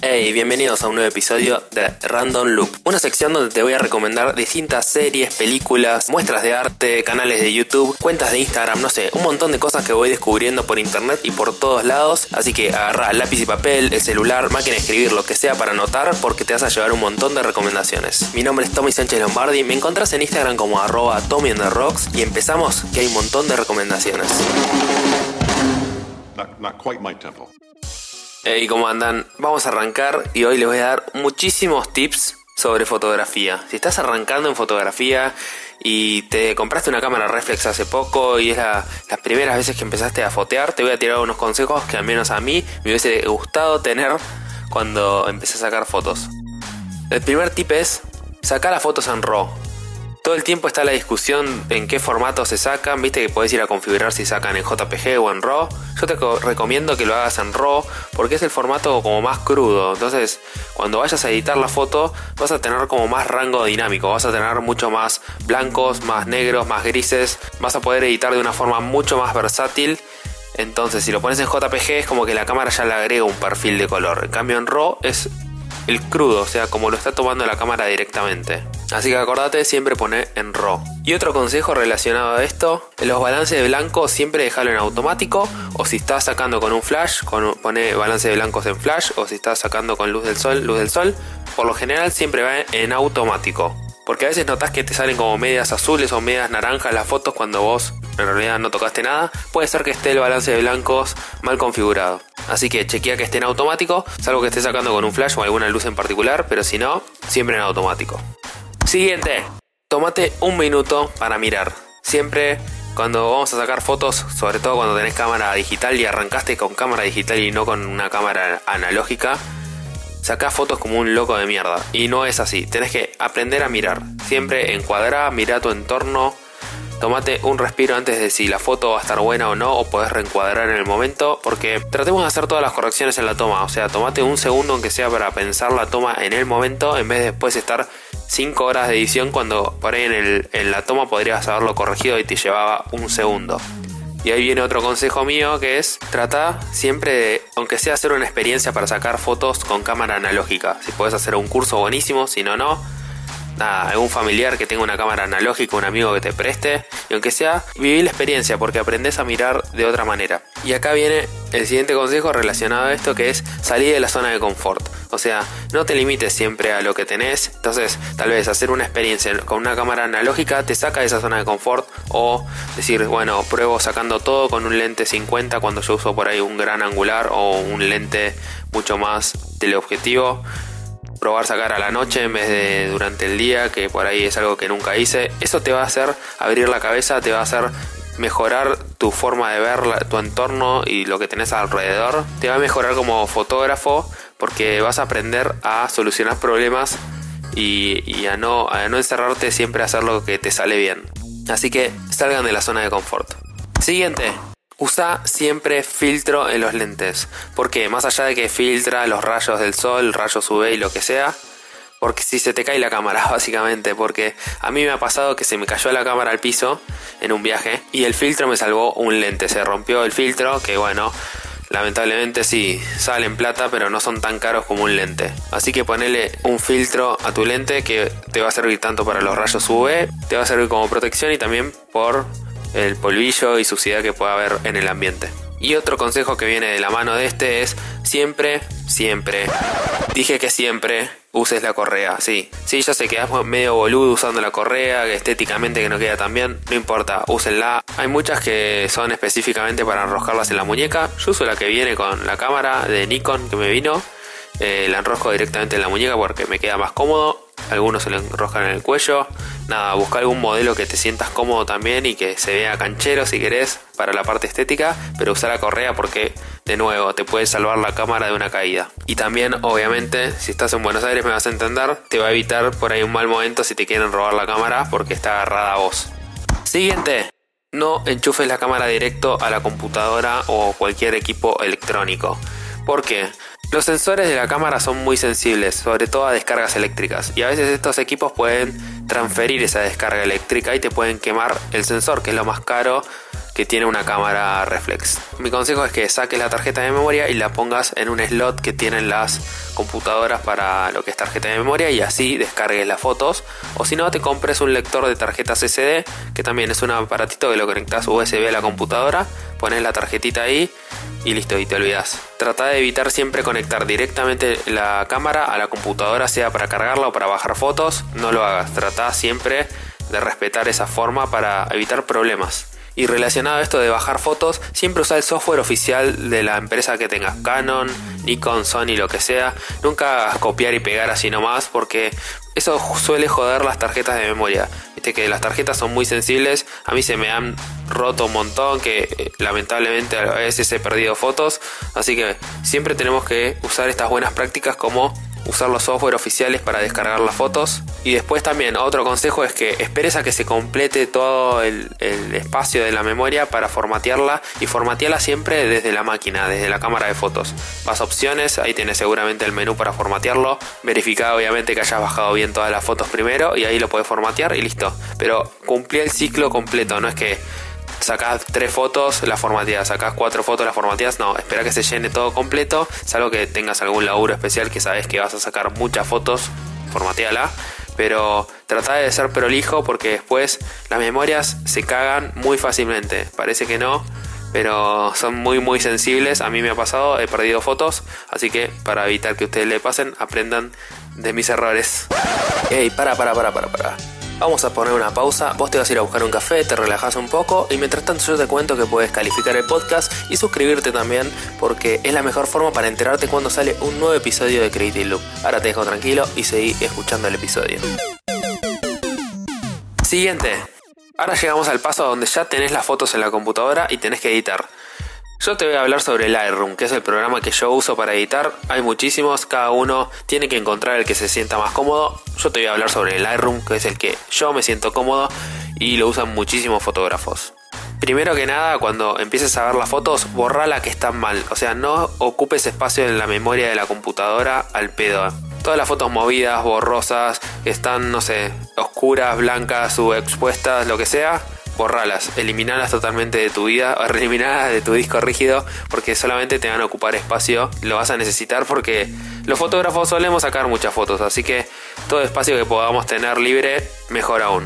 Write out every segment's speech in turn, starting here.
Hey, bienvenidos a un nuevo episodio de Random Loop, una sección donde te voy a recomendar distintas series, películas, muestras de arte, canales de YouTube, cuentas de Instagram, no sé, un montón de cosas que voy descubriendo por internet y por todos lados. Así que agarra lápiz y papel, el celular, máquina de escribir, lo que sea para anotar, porque te vas a llevar un montón de recomendaciones. Mi nombre es Tommy Sánchez Lombardi, me encontrás en Instagram como @TommyOnTheRocks y empezamos, que hay un montón de recomendaciones. Not quite my tempo. Hey, ¿cómo andan? Vamos a arrancar y hoy les voy a dar muchísimos tips sobre fotografía. Si estás arrancando en fotografía y te compraste una cámara reflex hace poco y es las primeras veces que empezaste a fotear, te voy a tirar unos consejos que al menos a mí me hubiese gustado tener cuando empecé a sacar fotos. El primer tip es sacar las fotos en RAW. Todo el tiempo está la discusión en qué formato se sacan, viste que podés ir a configurar si sacan en JPG o en RAW. Yo te recomiendo que lo hagas en RAW porque es el formato como más crudo. Entonces, cuando vayas a editar la foto, vas a tener como más rango dinámico, vas a tener mucho más blancos, más negros, más grises. Vas a poder editar de una forma mucho más versátil. Entonces, si lo pones en JPG es como que la cámara ya le agrega un perfil de color. En cambio, en RAW es el crudo, o sea, como lo está tomando la cámara directamente. Así que acordate, siempre poné en RAW. Y otro consejo relacionado a esto, los balances de blanco siempre dejalo en automático, o si estás sacando con un flash, poné balance de blancos en flash, o si estás sacando con luz del sol, por lo general siempre va en automático. Porque a veces notás que te salen como medias azules o medias naranjas las fotos cuando vos en realidad no tocaste nada. Puede ser que esté el balance de blancos mal configurado. Así que chequea que esté en automático, salvo que estés sacando con un flash o alguna luz en particular, pero si no, siempre en automático. Siguiente, tómate un minuto para mirar. Siempre cuando vamos a sacar fotos, sobre todo cuando tenés cámara digital y arrancaste con cámara digital y no con una cámara analógica, sacás fotos como un loco de mierda. Y no es así, tenés que aprender a mirar. Siempre encuadrá, mirá tu entorno. Tómate un respiro antes de si la foto va a estar buena o no, o podés reencuadrar en el momento, porque tratemos de hacer todas las correcciones en la toma. O sea, tomate un segundo aunque sea para pensar la toma en el momento, en vez de después estar 5 horas de edición cuando por ahí en la toma podrías haberlo corregido y te llevaba un segundo. Y ahí viene otro consejo mío, que es trata siempre de, aunque sea hacer una experiencia para sacar fotos con cámara analógica. Si podés hacer un curso buenísimo, si no, no. Nada, algún familiar que tenga una cámara analógica, un amigo que te preste, y aunque sea, viví la experiencia porque aprendés a mirar de otra manera. Y acá viene el siguiente consejo relacionado a esto, que es salir de la zona de confort. O sea, no te limites siempre a lo que tenés. Entonces, tal vez hacer una experiencia con una cámara analógica te saca de esa zona de confort, o decir, bueno, pruebo sacando todo con un lente 50 cuando yo uso por ahí un gran angular o un lente mucho más teleobjetivo. Probar sacar a la noche en vez de durante el día, que por ahí es algo que nunca hice. Eso te va a hacer abrir la cabeza, te va a hacer mejorar tu forma de ver tu entorno y lo que tenés alrededor. Te va a mejorar como fotógrafo porque vas a aprender a solucionar problemas y a no encerrarte siempre a hacer lo que te sale bien. Así que salgan de la zona de confort. Siguiente. Usa siempre filtro en los lentes. Porque más allá de que filtra los rayos del sol, rayos UV y lo que sea, porque si se te cae la cámara, básicamente. Porque a mí me ha pasado que se me cayó la cámara al piso en un viaje y el filtro me salvó un lente. Se rompió el filtro, que bueno, lamentablemente sí, salen plata, pero no son tan caros como un lente. Así que ponele un filtro a tu lente que te va a servir tanto para los rayos UV, te va a servir como protección y también por el polvillo y suciedad que pueda haber en el ambiente. Y otro consejo que viene de la mano de este es siempre, dije que siempre uses la correa. Sí, ya sé que quedás medio boludo usando la correa, que estéticamente que no queda tan bien, no importa, úsenla. Hay muchas que son específicamente para enroscarlas en la muñeca. Yo uso la que viene con la cámara de Nikon que me vino. La enrosco directamente en la muñeca porque me queda más cómodo. Algunos se lo enroscan en el cuello. Nada, busca algún modelo que te sientas cómodo también y que se vea canchero si querés para la parte estética, pero usa la correa porque, de nuevo, te puede salvar la cámara de una caída. Y también, obviamente, si estás en Buenos Aires me vas a entender, te va a evitar por ahí un mal momento si te quieren robar la cámara porque está agarrada a vos. Siguiente. No enchufes la cámara directo a la computadora o cualquier equipo electrónico. ¿Por qué? Los sensores de la cámara son muy sensibles, sobre todo a descargas eléctricas, y a veces estos equipos pueden transferir esa descarga eléctrica y te pueden quemar el sensor, que es lo más caro que tiene una cámara reflex. Mi consejo es que saques la tarjeta de memoria y la pongas en un slot que tienen las computadoras para lo que es tarjeta de memoria y así descargues las fotos. O si no, te compres un lector de tarjetas SD, que también es un aparatito que lo conectas USB a la computadora, pones la tarjetita ahí y listo, y te olvidas. Trata de evitar siempre conectar directamente la cámara a la computadora, sea para cargarla o para bajar fotos. No lo hagas, trata siempre de respetar esa forma para evitar problemas. Y relacionado a esto de bajar fotos, siempre usa el software oficial de la empresa que tengas, Canon, Nikon, Sony, lo que sea. Nunca hagas copiar y pegar así nomás, porque eso suele joder las tarjetas de memoria. Viste que las tarjetas son muy sensibles, a mí se me han roto un montón, que lamentablemente a veces he perdido fotos, así que siempre tenemos que usar estas buenas prácticas como usar los software oficiales para descargar las fotos. Y después también otro consejo es que esperes a que se complete todo el espacio de la memoria para formatearla, y formatearla siempre desde la máquina, desde la cámara de fotos. Vas a opciones, ahí tienes seguramente el menú para formatearlo, verifica obviamente que hayas bajado bien todas las fotos primero y ahí lo puedes formatear y listo. Pero cumplí el ciclo completo, no es que sacás 3 fotos, las formateas, sacás 4 fotos, las formateas, no, espera que se llene todo completo, salvo que tengas algún laburo especial que sabes que vas a sacar muchas fotos, formateala, pero trata de ser prolijo porque después las memorias se cagan muy fácilmente, parece que no, pero son muy sensibles, a mí me ha pasado, he perdido fotos, así que para evitar que a ustedes le pasen, aprendan de mis errores. Ey, para. Vamos a poner una pausa, vos te vas a ir a buscar un café, te relajás un poco y mientras tanto yo te cuento que puedes calificar el podcast y suscribirte también porque es la mejor forma para enterarte cuando sale un nuevo episodio de Creative Loop. Ahora te dejo tranquilo y seguí escuchando el episodio. Siguiente. Ahora llegamos al paso donde ya tenés las fotos en la computadora y tenés que editar. Yo te voy a hablar sobre el Lightroom, que es el programa que yo uso para editar. Hay muchísimos, cada uno tiene que encontrar el que se sienta más cómodo. Yo te voy a hablar sobre el Lightroom, que es el que yo me siento cómodo y lo usan muchísimos fotógrafos. Primero que nada, cuando empieces a ver las fotos, borra las que están mal. O sea, no ocupes espacio en la memoria de la computadora al pedo. Todas las fotos movidas, borrosas, que están, no sé, oscuras, blancas, subexpuestas, lo que sea, borralas, eliminalas totalmente de tu vida, o eliminalas de tu disco rígido, porque solamente te van a ocupar espacio, lo vas a necesitar porque los fotógrafos solemos sacar muchas fotos, así que todo espacio que podamos tener libre, mejor aún.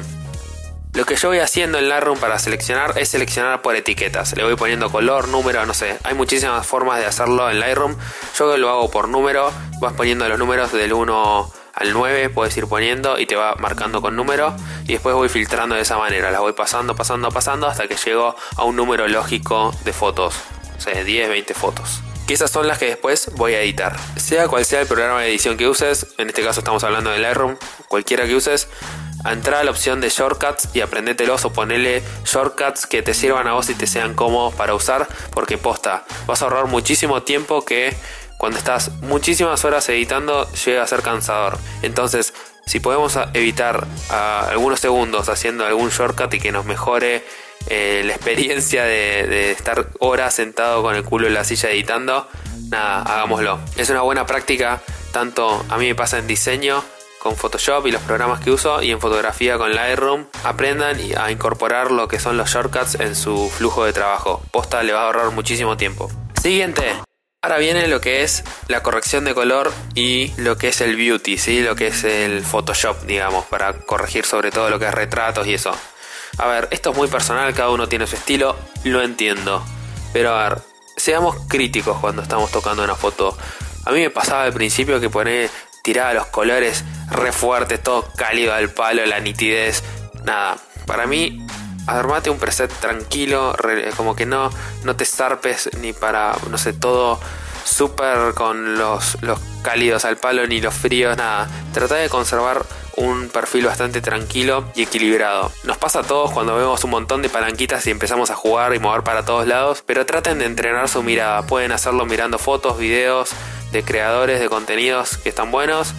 Lo que yo voy haciendo en Lightroom para seleccionar es seleccionar por etiquetas, le voy poniendo color, número, no sé, hay muchísimas formas de hacerlo en Lightroom, yo lo hago por número, vas poniendo los números del 1 al 9, puedes ir poniendo y te va marcando con número y después voy filtrando de esa manera, las voy pasando hasta que llego a un número lógico de fotos, o sea, 10, 20 fotos. Que esas son las que después voy a editar. Sea cual sea el programa de edición que uses, en este caso estamos hablando de Lightroom, cualquiera que uses, entra a la opción de shortcuts y aprendételos o ponele shortcuts que te sirvan a vos y te sean cómodos para usar, porque posta, vas a ahorrar muchísimo tiempo que cuando estás muchísimas horas editando llega a ser cansador. Entonces, si podemos evitar algunos segundos haciendo algún shortcut y que nos mejore la experiencia de estar horas sentado con el culo en la silla editando, nada, hagámoslo. Es una buena práctica, tanto a mí me pasa en diseño con Photoshop y los programas que uso, y en fotografía con Lightroom. Aprendan a incorporar lo que son los shortcuts en su flujo de trabajo. Posta, le va a ahorrar muchísimo tiempo. Siguiente. Ahora viene lo que es la corrección de color y lo que es el beauty, ¿sí? Lo que es el Photoshop, digamos, para corregir sobre todo lo que es retratos y eso. A ver, esto es muy personal, cada uno tiene su estilo, lo entiendo. Pero a ver, seamos críticos cuando estamos tocando una foto. A mí me pasaba al principio que tiraba los colores re fuertes, todo cálido al palo, la nitidez. Nada, para mí, armate un preset tranquilo, como que no te zarpes ni para, no sé, todo súper con los cálidos al palo ni los fríos, nada. Trata de conservar un perfil bastante tranquilo y equilibrado. Nos pasa a todos cuando vemos un montón de palanquitas y empezamos a jugar y mover para todos lados, pero traten de entrenar su mirada. Pueden hacerlo mirando fotos, videos de creadores de contenidos que están buenos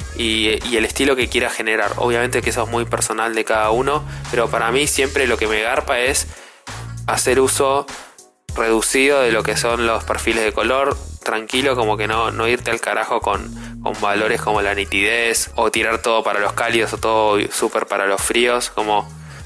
y el estilo que quiera generar. Obviamente que eso es muy personal de cada uno, pero para mí siempre lo que me garpa es hacer uso reducido de lo que son los perfiles de color, tranquilo, como que no irte al carajo con valores como la nitidez, o tirar todo para los cálidos o todo súper para los fríos, como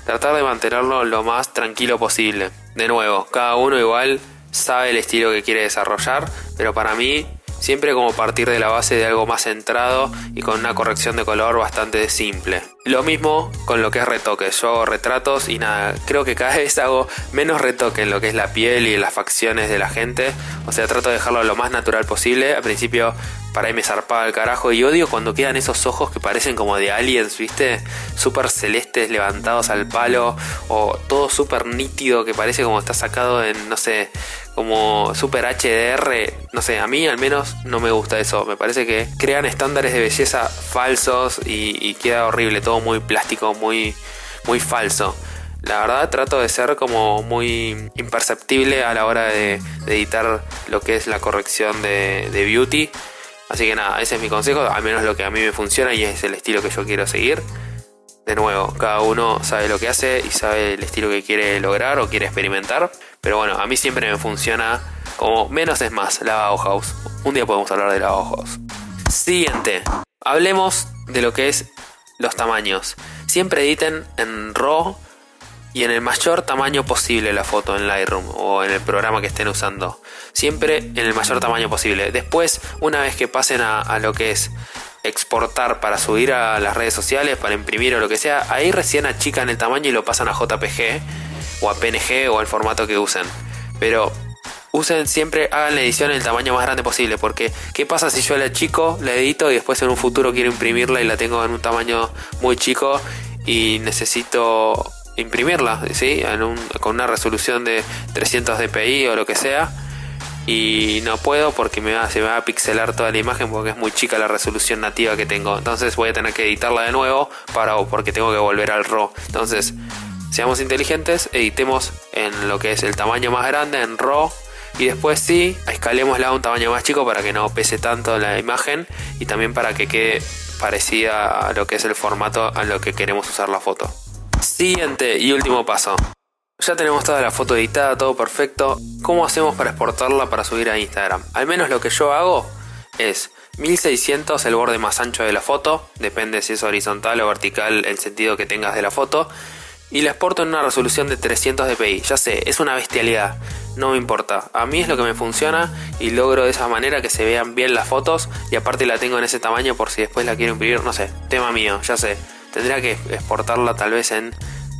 tratar de mantenerlo lo más tranquilo posible. De nuevo, cada uno igual sabe el estilo que quiere desarrollar, pero para mí siempre como partir de la base de algo más centrado y con una corrección de color bastante simple. Lo mismo con lo que es retoque. Yo hago retratos y nada, creo que cada vez hago menos retoque en lo que es la piel y en las facciones de la gente. O sea, trato de dejarlo lo más natural posible. Al principio para ahí me zarpaba el carajo y odio cuando quedan esos ojos que parecen como de aliens, ¿viste? Súper celestes levantados al palo, o todo súper nítido que parece como está sacado en, no sé, como super HDR. No sé, a mí al menos no me gusta eso. Me parece que crean estándares de belleza falsos y queda horrible, todo muy plástico, muy falso. La verdad trato de ser como muy imperceptible a la hora de editar lo que es la corrección de beauty. Así que nada, ese es mi consejo, al menos lo que a mí me funciona y es el estilo que yo quiero seguir. De nuevo, cada uno sabe lo que hace y sabe el estilo que quiere lograr o quiere experimentar. Pero bueno, a mí siempre me funciona como menos es más, la Bauhaus. Un día podemos hablar de la Bauhaus. Siguiente, hablemos de lo que es los tamaños. Siempre editen en RAW y en el mayor tamaño posible la foto en Lightroom o en el programa que estén usando. Siempre en el mayor tamaño posible. Después, una vez que pasen a lo que es exportar para subir a las redes sociales, para imprimir o lo que sea, ahí recién achican el tamaño y lo pasan a JPG o a PNG o al formato que usen. Pero usen siempre, hagan la edición en el tamaño más grande posible, porque ¿qué pasa si yo la achico, la edito y después en un futuro quiero imprimirla y la tengo en un tamaño muy chico y necesito imprimirla, ¿sí? Con una resolución de 300 dpi o lo que sea, y no puedo porque se me va a pixelar toda la imagen porque es muy chica la resolución nativa que tengo. Entonces voy a tener que editarla de nuevo porque tengo que volver al RAW. Entonces, seamos inteligentes, editemos en lo que es el tamaño más grande, en RAW, y después sí, escalémosla a un tamaño más chico para que no pese tanto la imagen y también para que quede parecida a lo que es el formato a lo que queremos usar la foto. Siguiente y último paso. Ya tenemos toda la foto editada, todo perfecto. ¿Cómo hacemos para exportarla para subir a Instagram? Al menos lo que yo hago es 1600 el borde más ancho de la foto, depende si es horizontal o vertical el sentido que tengas de la foto, y la exporto en una resolución de 300 dpi. Ya sé, es una bestialidad, no me importa. A mí es lo que me funciona y logro de esa manera que se vean bien las fotos, y aparte la tengo en ese tamaño por si después la quiero imprimir, no sé, tema mío, ya sé. Tendría que exportarla tal vez en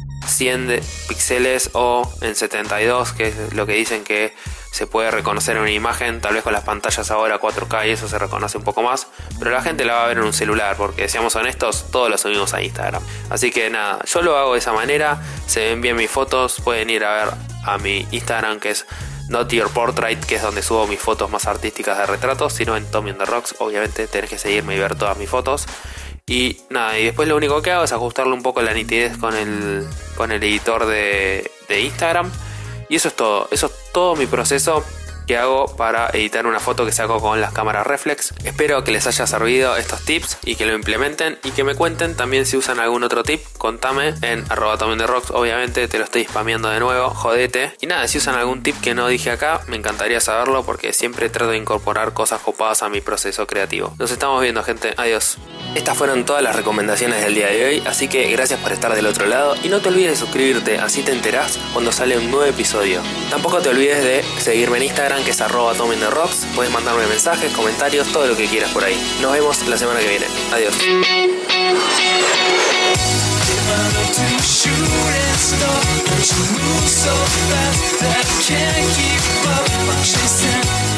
100 píxeles o en 72, que es lo que dicen que se puede reconocer en una imagen. Tal vez con las pantallas ahora 4K y eso se reconoce un poco más, pero la gente la va a ver en un celular porque, seamos honestos, todos lo subimos a Instagram. Así que nada, yo lo hago de esa manera, se ven bien mis fotos. Pueden ir a ver a mi Instagram, que es Not Your Portrait, que es donde subo mis fotos más artísticas de retratos, sino en Tommy on the Rocks. Obviamente tenés que seguirme y ver todas mis fotos. Y nada, y después lo único que hago es ajustarle un poco la nitidez con el editor de Instagram. Y eso es todo mi proceso que hago para editar una foto que saco con las cámaras reflex. Espero que les haya servido estos tips y que lo implementen, y que me cuenten también si usan algún otro tip. Contame en @TommyOnTheRocks. Obviamente te lo estoy spameando de nuevo, jodete. Y nada, si usan algún tip que no dije acá, me encantaría saberlo, porque siempre trato de incorporar cosas copadas a mi proceso creativo. Nos estamos viendo, gente. Adiós. Estas fueron todas las recomendaciones del día de hoy, así que gracias por estar del otro lado y no te olvides de suscribirte, así te enterás cuando sale un nuevo episodio. Tampoco te olvides de seguirme en Instagram, que es @TommyOnTheRocks. Puedes mandarme mensajes, comentarios, todo lo que quieras por ahí. Nos vemos la semana que viene. Adiós. Shooting star, but you move so fast that I can't keep up. I'm chasing